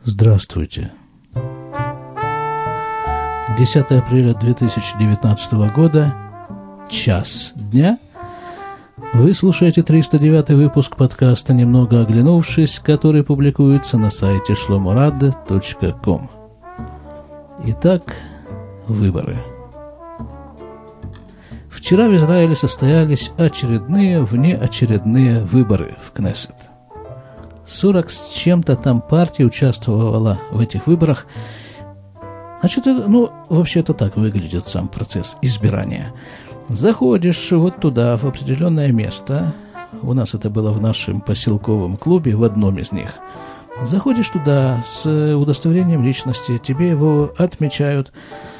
Здравствуйте. 10 апреля 2019 года, час дня. Вы слушаете 309 выпуск подкаста «Немного оглянувшись», который публикуется на сайте shlomorad.com. Итак, выборы. Вчера в Израиле состоялись очередные внеочередные выборы в Кнессет. 40 с чем-то там партий участвовало в этих выборах. Значит, вообще это так выглядит сам процесс избирания. Заходишь вот туда, в определенное место. У нас это было в нашем поселковом клубе, в одном из них. Заходишь туда с удостоверением личности, тебе его отмечают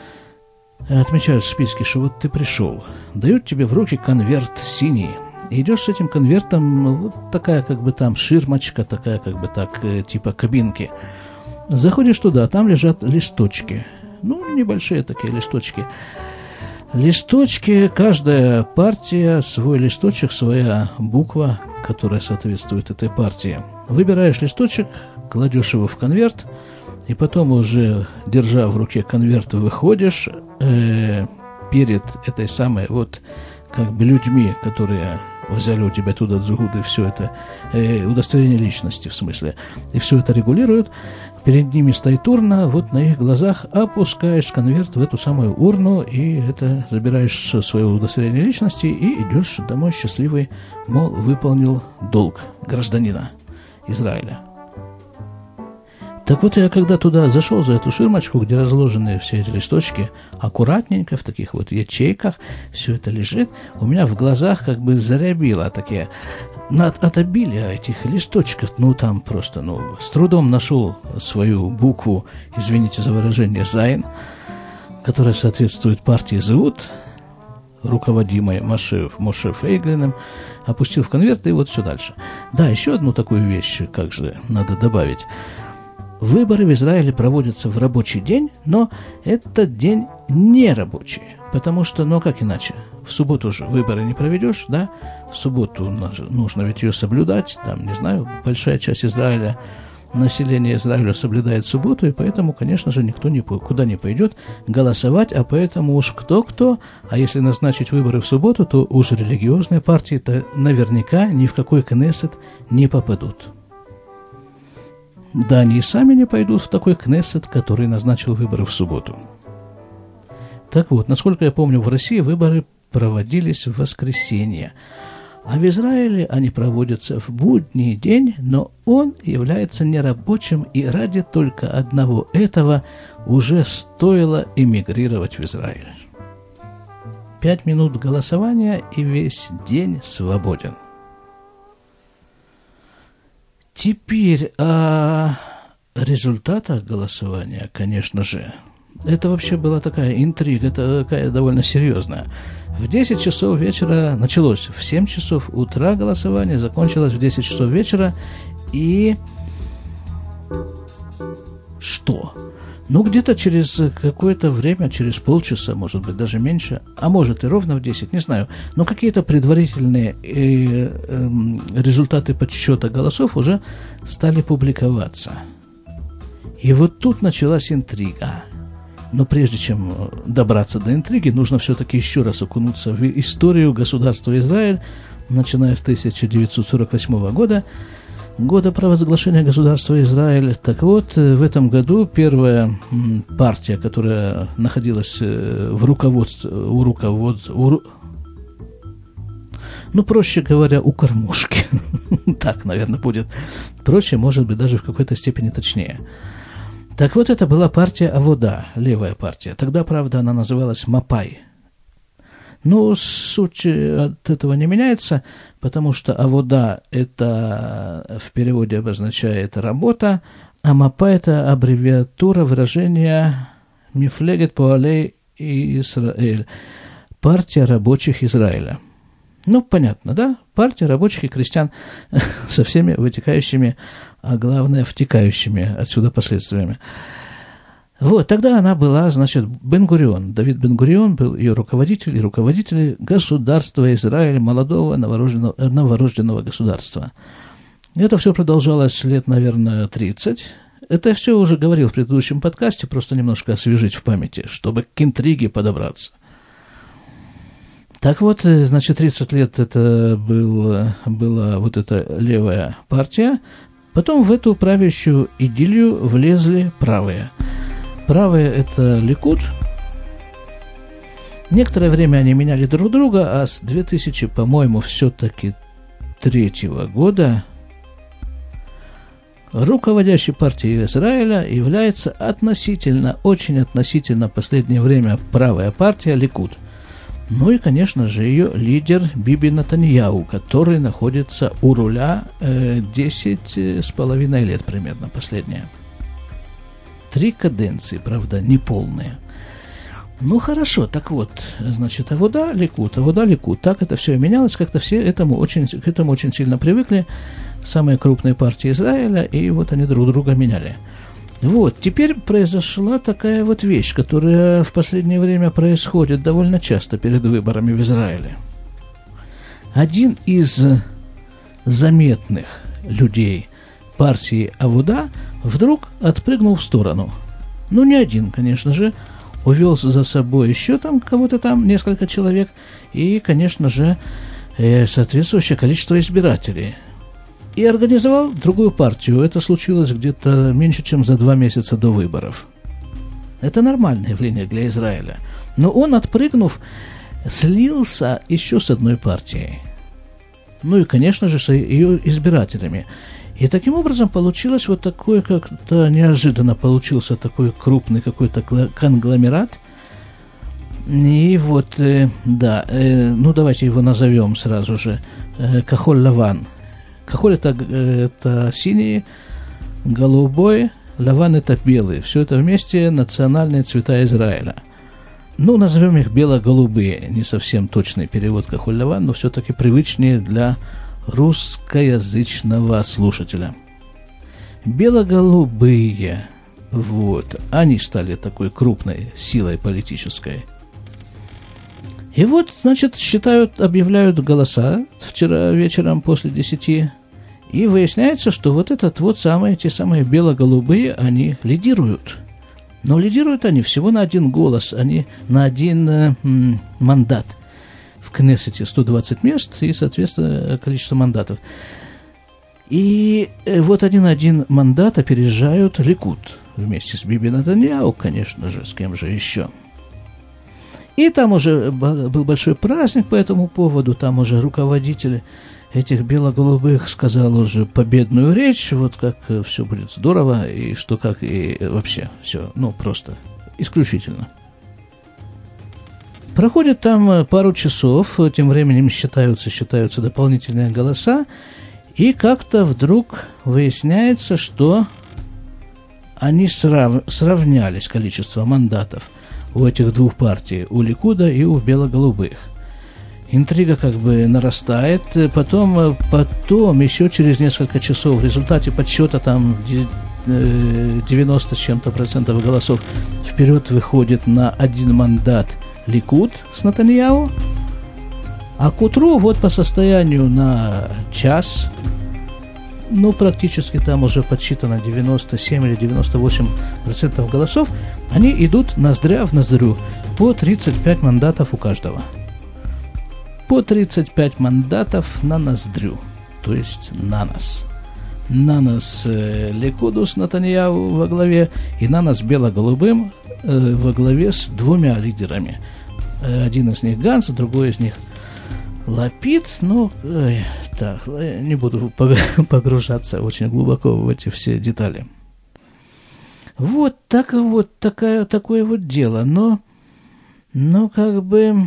в списке, что вот ты пришел. Дают тебе в руки конверт синий. И идешь с этим конвертом, вот такая как бы там ширмочка, такая как бы так, типа кабинки. Заходишь туда, там лежат листочки. Небольшие такие листочки. Листочки, каждая партия, свой листочек, своя буква, которая соответствует этой партии. Выбираешь листочек, кладешь его в конверт, и потом уже, держа в руке конверт, выходишь перед этой самой вот как бы людьми, которые взяли у тебя туда дзугуды, все это, удостоверение личности в смысле, и все это регулируют. Перед ними стоит урна, вот на их глазах опускаешь конверт в эту самую урну, и это забираешь свое удостоверение личности и идешь домой счастливый, мол, выполнил долг гражданина Израиля. Так вот, я когда туда зашел за эту ширмочку, где разложены все эти листочки, аккуратненько в таких вот ячейках, все это лежит, у меня в глазах как бы зарябило такие, от обилия этих листочков, там просто, с трудом нашел свою букву, извините за выражение, «Зайн», которая соответствует партии «Зеут», руководимой Моше Фейглиным, опустил в конверт, и вот все дальше. Да, еще одну такую вещь, как же надо добавить. Выборы в Израиле проводятся в рабочий день, но этот день не рабочий, потому что, как иначе? В субботу же выборы не проведешь, да? В субботу нужно ведь ее соблюдать, большая часть Израиля, население Израиля соблюдает субботу, и поэтому, конечно же, никто никуда не пойдет голосовать, а поэтому уж кто-кто, а если назначить выборы в субботу, то уж религиозные партии-то наверняка ни в какой Кнессет не попадут. Да, они и сами не пойдут в такой Кнессет, который назначил выборы в субботу. Так вот, насколько я помню, в России выборы проводились в воскресенье, а в Израиле они проводятся в будний день, но он является нерабочим, и ради только одного этого уже стоило эмигрировать в Израиль. 5 минут голосования, и весь день свободен. Теперь о результатах голосования, конечно же, это вообще была такая интрига, такая довольно серьезная. В 10 часов вечера началось, в 7 часов утра голосование, закончилось в 10 часов вечера, и что? Где-то через какое-то время, через полчаса, может быть, даже меньше, а может и ровно в 10, не знаю, но какие-то предварительные результаты подсчета голосов уже стали публиковаться. И вот тут началась интрига. Но прежде чем добраться до интриги, нужно все-таки еще раз окунуться в историю государства Израиль, начиная с 1948 года, года провозглашения государства Израиль. Так вот, в этом году первая партия, которая находилась в руководстве, проще говоря, у кормушки. Так, наверное, будет проще, может быть, даже в какой-то степени точнее. Так вот, это была партия Авода, левая партия. Тогда, правда, она называлась Мапай. Суть от этого не меняется, потому что Авода – это в переводе обозначает работа, а Мапа – это аббревиатура выражения Мифлегет Поалей Исраэль, партия рабочих Израиля. Понятно, да? Партия рабочих и крестьян со всеми вытекающими, а главное, втекающими отсюда последствиями. Вот, тогда она была, Бен-Гурион. Давид Бен-Гурион был ее руководитель и руководитель государства Израиль, молодого новорожденного государства. Это все продолжалось лет, наверное, 30. Это я все уже говорил в предыдущем подкасте, просто немножко освежить в памяти, чтобы к интриге подобраться. Так вот, значит, 30 лет это была вот эта левая партия. Потом в эту правящую идиллию влезли правые. Правые – это Ликуд. Некоторое время они меняли друг друга, а с 2000, по-моему, все-таки 2003 года руководящей партией Израиля является очень относительно в последнее время правая партия Ликуд. Ну и, конечно же, ее лидер Биби Нетаньяху, который находится у руля 10,5 лет примерно последние. 3 каденции, правда, неполные. Ну, хорошо, так вот, значит, Авода, Ликуд. Так это все менялось, как-то все к этому очень сильно привыкли, самые крупные партии Израиля, и вот они друг друга меняли. Вот, теперь произошла такая вот вещь, которая в последнее время происходит довольно часто перед выборами в Израиле. Один из заметных людей партии Авода вдруг отпрыгнул в сторону. Ну, не один, конечно же, увел за собой еще там кого-то там, несколько человек, и, конечно же, соответствующее количество избирателей. И организовал другую партию. Это случилось где-то меньше, чем за 2 месяца до выборов. Это нормальное явление для Израиля. Но он, отпрыгнув, слился еще с одной партией. Ну и, конечно же, с ее избирателями. И таким образом получилось вот такое, как-то неожиданно получился такой крупный какой-то конгломерат. И вот, ну давайте его назовем сразу же. Кахоль-Лаван. Кахоль это синий, голубой, лаван это белый. Все это вместе национальные цвета Израиля. Ну, назовем их бело-голубые. Не совсем точный перевод кахоль-лаван, но все-таки привычнее для русскоязычного слушателя. Бело-голубые. Вот. Они стали такой крупной силой политической. И вот, значит, объявляют голоса вчера вечером после 10, и выясняется, что вот те самые бело-голубые, они лидируют. Но лидируют они всего на 1 голос, они на 1 мандат. В Кнессете 120 мест и, соответственно, количество мандатов. И вот 1 мандат опережают Ликуд вместе с Биби Нетаньяху, конечно же, с кем же еще. И там уже был большой праздник по этому поводу, там уже руководитель этих бело-голубых сказал уже победную речь, вот как все будет здорово, и что как, и вообще все, ну, просто исключительно. Проходит там пару часов, тем временем считаются дополнительные голоса, и как-то вдруг выясняется, что они сравнялись количество мандатов у этих 2 партий, у Ликуда и у бело-голубых. Интрига как бы нарастает, потом еще через несколько часов в результате подсчета там 90 с чем-то процентов голосов вперед выходит на 1 мандат Ликуд с Нетаньяху, а к утру вот по состоянию на час, ну, практически там уже подсчитано 97 или 98% голосов, они идут ноздря в ноздрю, по 35 мандатов у каждого. По 35 мандатов на ноздрю, то есть на нас. На нас Ликуду с Нетаньяху во главе, и на нас бело-голубым во главе с 2 лидерами. Один из них Ганц, другой из них Лапид. Ну, так, не буду погружаться очень глубоко в эти все детали. Вот такое вот дело. Но как бы,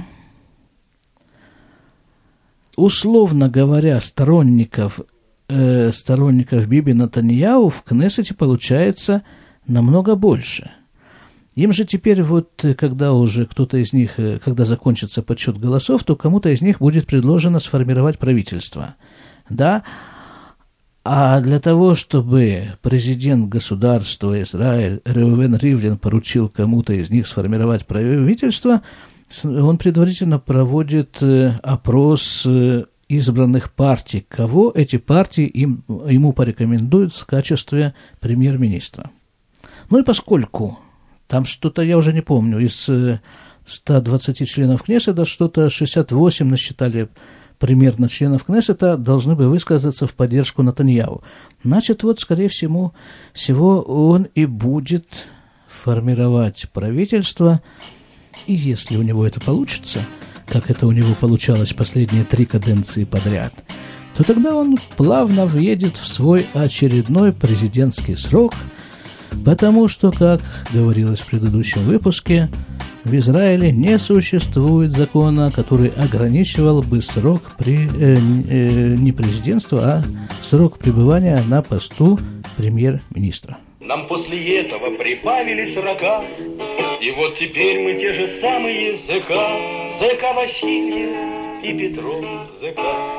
условно говоря, сторонников Биби Нетаньяху в Кнессете получается намного больше. Им же теперь вот, когда уже кто-то из них, когда закончится подсчет голосов, то кому-то из них будет предложено сформировать правительство. Да? А для того, чтобы президент государства Израиль Реувен Ривлин поручил кому-то из них сформировать правительство, он предварительно проводит опрос избранных партий, кого эти партии ему порекомендуют в качестве премьер-министра. Ну и поскольку там что-то, я уже не помню, из 120 членов Кнессета что-то 68 насчитали примерно членов Кнессета должны бы высказаться в поддержку Нетаньяху. Значит, вот, скорее всего, он и будет формировать правительство, и если у него это получится, как это у него получалось последние 3 каденции подряд, то тогда он плавно въедет в свой очередной президентский срок, потому что, как говорилось в предыдущем выпуске, в Израиле не существует закона, который ограничивал бы срок не президентства, а срок пребывания на посту премьер-министра. Нам после этого прибавили 40, и вот теперь мы те же самые ЗК Васильев и Петров ЗК.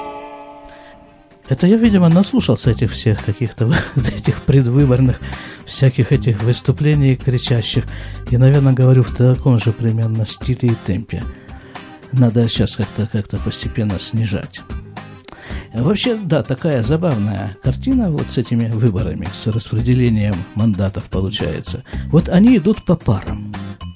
Это я, видимо, наслушался этих всех каких-то этих предвыборных всяких этих выступлений кричащих. И, наверное, говорю в таком же примерно стиле и темпе. Надо сейчас как-то постепенно снижать. Вообще, да, такая забавная картина вот с этими выборами, с распределением мандатов получается. Вот они идут по парам.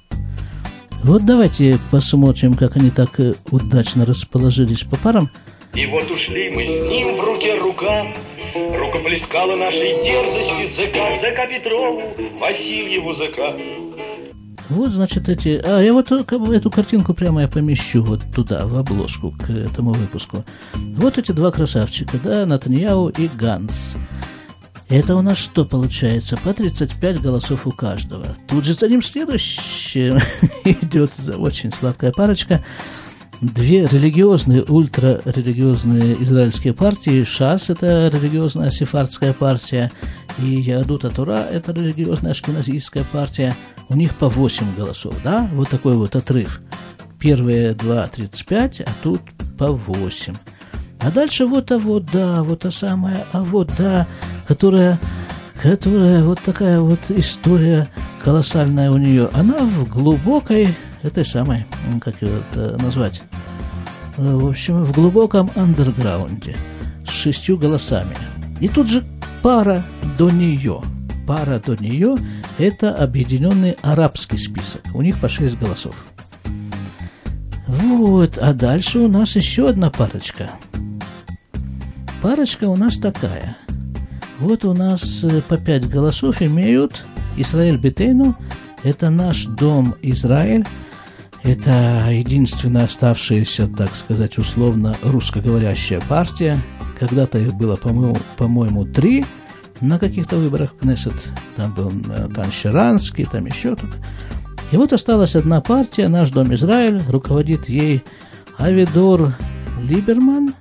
Вот давайте посмотрим, как они так удачно расположились по парам. И вот ушли мы с ним в руке рука, рукоплескала нашей дерзости ЗК Петрову, Васильеву ЗК. Вот, значит, я вот эту картинку прямо я помещу вот туда, в обложку к этому выпуску. Вот эти 2 красавчика, да, Нетаньяху и Ганц. Это у нас что получается? По 35 голосов у каждого. Тут же за ним следующее идет очень сладкая парочка. 2 религиозные, ультрарелигиозные израильские партии. ШАС – это религиозная сефардская партия, и Яадут ха-Тора – это религиозная ашкеназийская партия. У них по 8 голосов, да? Вот такой вот отрыв. Первые 2 – 35, а тут по 8. А дальше вот та самая, которая вот такая вот история колоссальная у нее. Она в глубокой, этой самой, как ее назвать, в общем, в глубоком андерграунде с 6 голосами. И тут же пара до нее – это объединенный арабский список. У них по 6 голосов. Вот, а дальше у нас еще одна парочка. Парочка у нас такая. Вот у нас по 5 голосов имеют Исраэль Бетейну, это наш дом Израиль, это единственная оставшаяся, так сказать, условно русскоговорящая партия. Когда-то их было, по-моему, 3 на каких-то выборах в Кнессет. Там был Тан Шаранский, там еще тут. И вот осталась одна партия, наш дом Израиль, руководит ей Авидор Либерман,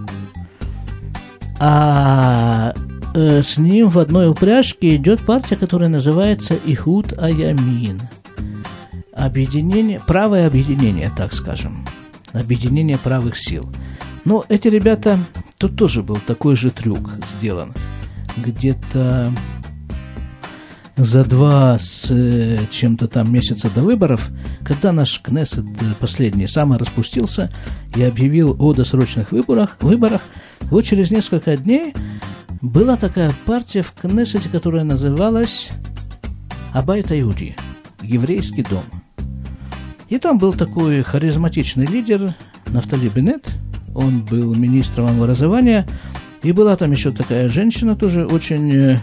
а с ним в одной упряжке идет партия, которая называется Ихуд Аямин. Объединение, правое объединение, так скажем. Объединение правых сил. Но эти ребята, тут тоже был такой же трюк сделан. Где-то за 2 с чем-то там месяца до выборов, когда наш Кнессет последний сам распустился и объявил о досрочных выборах, вот через несколько дней была такая партия в Кнессете, которая называлась Абайт Иуди, еврейский дом. И там был такой харизматичный лидер Нафтали Беннет, он был министром образования, и была там еще такая женщина, тоже очень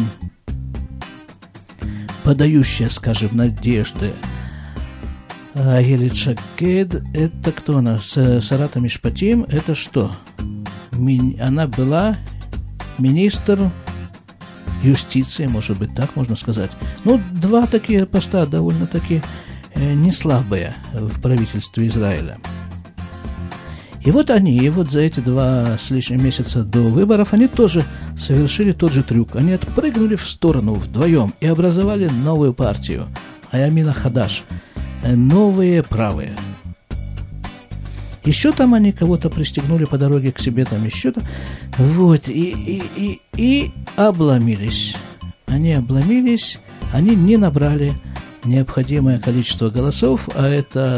подающая, скажем, надежды. Аелит Шакед, это кто она? Сарата Мишпатим, это что? Она была министр юстиции, может быть, так можно сказать. Ну, 2 такие поста довольно-таки не слабые в правительстве Израиля. И вот за эти 2 с лишним месяца до выборов, они тоже совершили тот же трюк. Они отпрыгнули в сторону вдвоем и образовали новую партию. Аямина Хадаш. Новые правые. Еще там они кого-то пристегнули по дороге к себе, там еще там. Вот, и обломились. Они обломились, они не набрали необходимое количество голосов, а это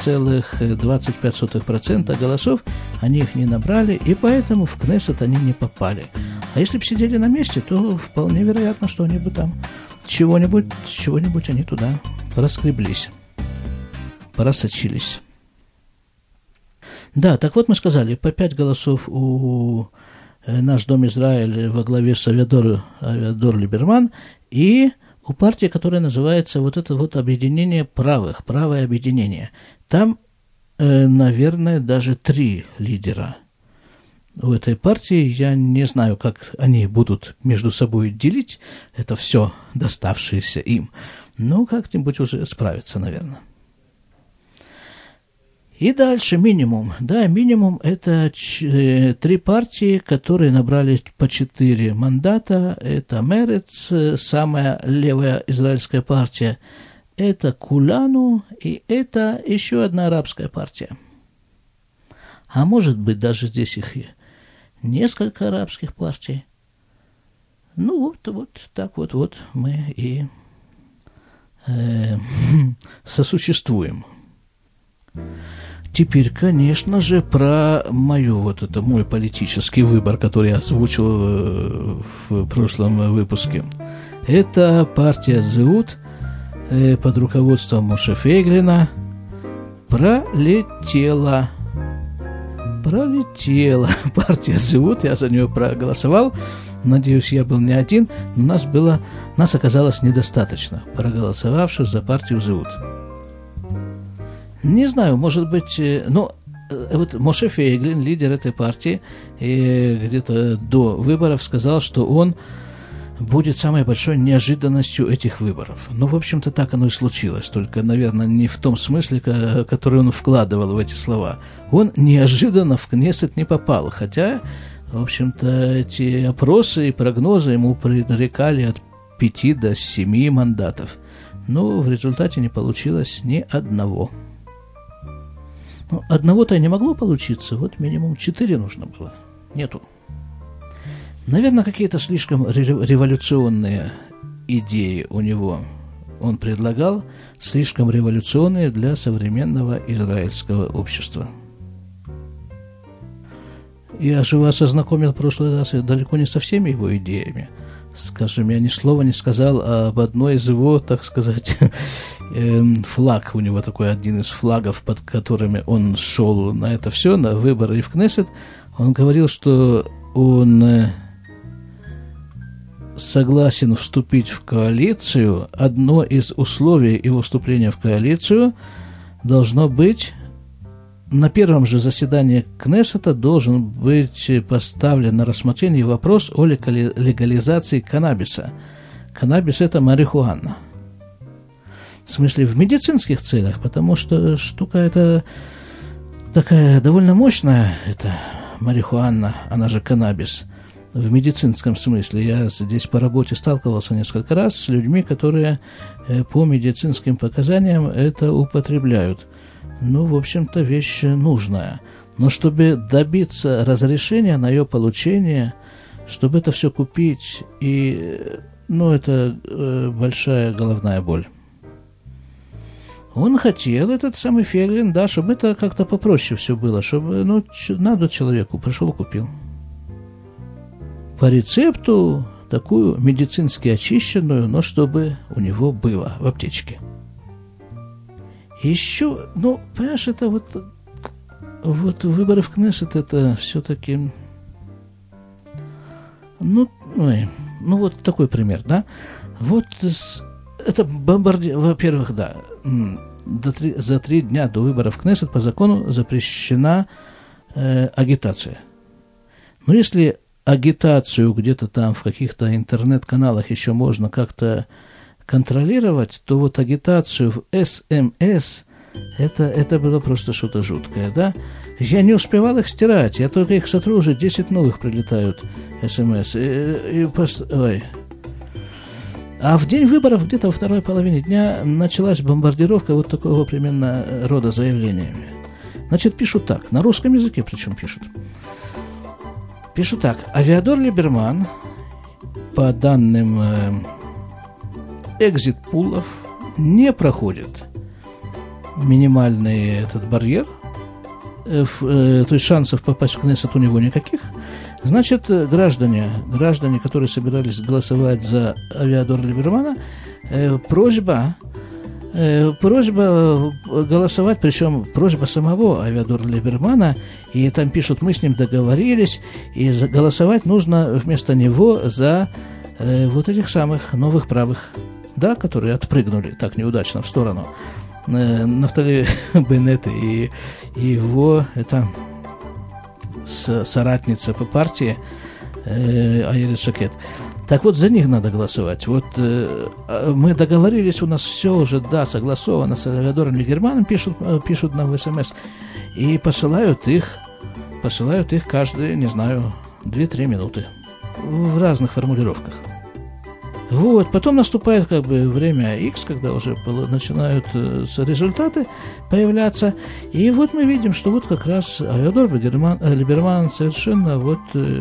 3,25% голосов, они их не набрали, и поэтому в Кнессет они не попали. А если бы сидели на месте, то вполне вероятно, что они бы там чего-нибудь они туда проскреблись, просочились. Да, так вот мы сказали, по 5 голосов у «Наш Дом Израиль» во главе с Авиадор Либерман, и у партии, которая называется вот это вот объединение правых, правое объединение. Там, наверное, даже 3 лидера у этой партии. Я не знаю, как они будут между собой делить это все, доставшееся им. Но как-нибудь уже справятся, наверное. И дальше минимум. Да, минимум это 3 партии, которые набрали по 4 мандата. Это Мерец, самая левая израильская партия. Это Кулану, и это еще одна арабская партия. А может быть, даже здесь их и несколько арабских партий. Ну, вот так вот мы и сосуществуем. Теперь, конечно же, про мой политический выбор, который я озвучил в прошлом выпуске. Это партия Зеут под руководством Моше Фейглина пролетела партия Зеут, я за нее проголосовал. Надеюсь, я был не один, но нас оказалось недостаточно проголосовавших за партию Зеут. Не знаю, может быть, вот Моше Фейглин, лидер этой партии, где-то до выборов сказал, что он будет самой большой неожиданностью этих выборов. Ну, в общем-то, так оно и случилось, только, наверное, не в том смысле, который он вкладывал в эти слова. Он неожиданно в Кнессет не попал, хотя, в общем-то, эти опросы и прогнозы ему предрекали от 5 до 7 мандатов. Но в результате не получилось ни одного. Ну, одного-то и не могло получиться, вот минимум 4 нужно было. Нету. Наверное, какие-то слишком революционные идеи у него он предлагал, слишком революционные для современного израильского общества. Я же вас ознакомил в прошлый раз далеко не со всеми его идеями. Скажем, я ни слова не сказал об одной из его, так сказать, флаг. У него такой один из флагов, под которыми он шел на это все, на выборы в Кнессет. Он говорил, что он согласен вступить в коалицию. Одно из условий его вступления в коалицию должно быть: на первом же заседании Кнессета должен быть поставлен на рассмотрение вопрос о легализации каннабиса. Каннабис – это марихуана. В смысле, в медицинских целях, потому что штука эта такая довольно мощная, это марихуана, она же каннабис, в медицинском смысле. Я здесь по работе сталкивался несколько раз с людьми, которые по медицинским показаниям это употребляют. Ну, в общем-то, вещь нужная. Но чтобы добиться разрешения на ее получение, чтобы это все купить, это большая головная боль. Он хотел, этот самый Фейглин, да, чтобы это как-то попроще все было, чтобы, надо человеку, пришел, купил. По рецепту такую медицински очищенную, но чтобы у него было в аптечке. Еще, понимаешь, это вот выборы в Кнессет, это все-таки, вот такой пример, да. Вот это во-первых, да, за 3 дня до выборов в Кнессет по закону запрещена агитация. Но если агитацию где-то там в каких-то интернет-каналах еще можно как-то контролировать, то вот агитацию в СМС, это было просто что-то жуткое, да? Я не успевал их стирать, я только их сотру, уже 10 новых прилетают СМС. А в день выборов, где-то во второй половине дня, началась бомбардировка вот такого примерно рода заявлениями. Значит, пишут так, на русском языке причем пишут. Пишут так: Авиадор Либерман, по данным экзит-пулов, не проходит минимальный этот барьер, то есть шансов попасть в Кнессет у него никаких, значит, граждане, которые собирались голосовать за Авиадора Либермана, просьба голосовать, причем просьба самого Авиадора Либермана, и там пишут, мы с ним договорились, и голосовать нужно вместо него за вот этих самых новых правых, да, которые отпрыгнули так неудачно в сторону Нафтали Беннета и его соратница по партии Айрис Шакет. Так вот, за них надо голосовать. Вот мы договорились, у нас все уже, да, согласовано с Авиадором Либерманом, пишут нам в СМС, и посылают их каждые, не знаю, 2-3 минуты в разных формулировках. Вот, потом наступает как бы время X, когда уже начинают результаты появляться, и вот мы видим, что вот как раз Авиадор Либерман совершенно вот,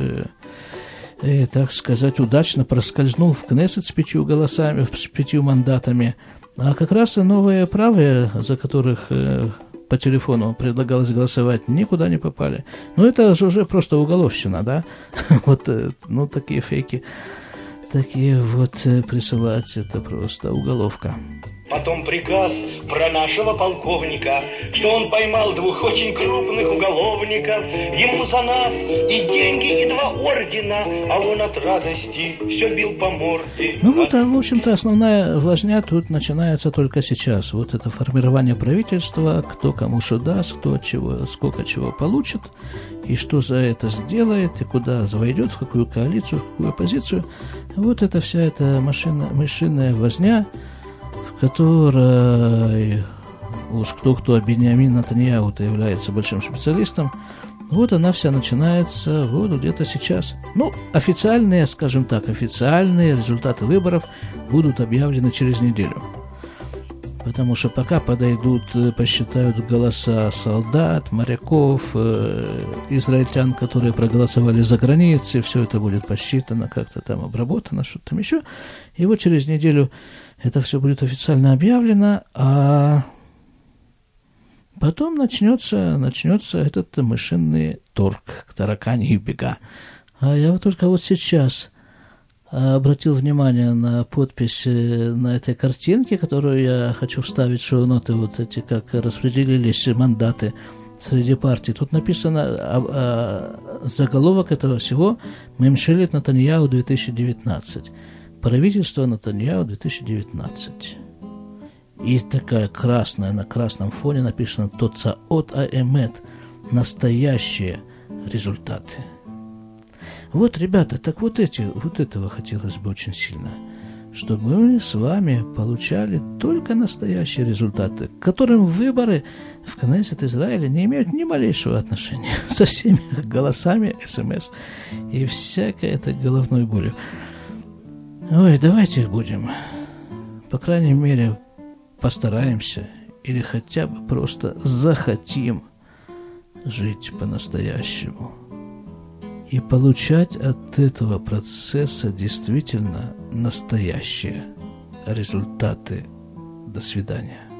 так сказать, удачно проскользнул в Кнессет с 5 голосами, с 5 мандатами, а как раз новые правые, за которых по телефону предлагалось голосовать, никуда не попали. Ну, это же уже просто уголовщина, да? Вот, ну, такие фейки. Такие вот присылать, это просто уголовка. Потом приказ про нашего полковника, что он поймал 2 очень крупных уголовников. Ему за нас и деньги, и 2 ордена, а он от радости все бил по морде. Ну вот, в общем-то, основная возня тут начинается только сейчас. Вот это формирование правительства, кто кому что даст, кто чего, сколько чего получит, и что за это сделает, и куда войдет, в какую коалицию, в какую оппозицию. Вот это вся эта мышиная возня, в которой уж кто-кто, а Биньямин Нетаньяху-то является большим специалистом, вот она вся начинается вот где-то сейчас. Ну, официальные, скажем так, результаты выборов будут объявлены через неделю. Потому что пока подойдут, посчитают голоса солдат, моряков, израильтян, которые проголосовали за границей, все это будет посчитано, как-то там обработано, что-то там еще. И вот через неделю это все будет официально объявлено, а потом начнется этот мышиный торг к тараканьи бега. А я вот только вот сейчас обратил внимание на подпись на этой картинке, которую я хочу вставить в шоу-ноты, вот эти, как распределились мандаты среди партий. Тут написано заголовок этого всего «Мемшелет Нетаньяху 2019». Правительство Нетаньяху 2019. И такая красная, на красном фоне написано «Тоцаот аэмет», настоящие результаты. Вот, ребята, так вот этого хотелось бы очень сильно, чтобы мы с вами получали только настоящие результаты, к которым выборы в Кнессет Израиля не имеют ни малейшего отношения со всеми голосами, СМС и всякой этой головной болью. Ой, давайте будем, по крайней мере, постараемся или хотя бы просто захотим жить по-настоящему и получать от этого процесса действительно настоящие результаты. До свидания.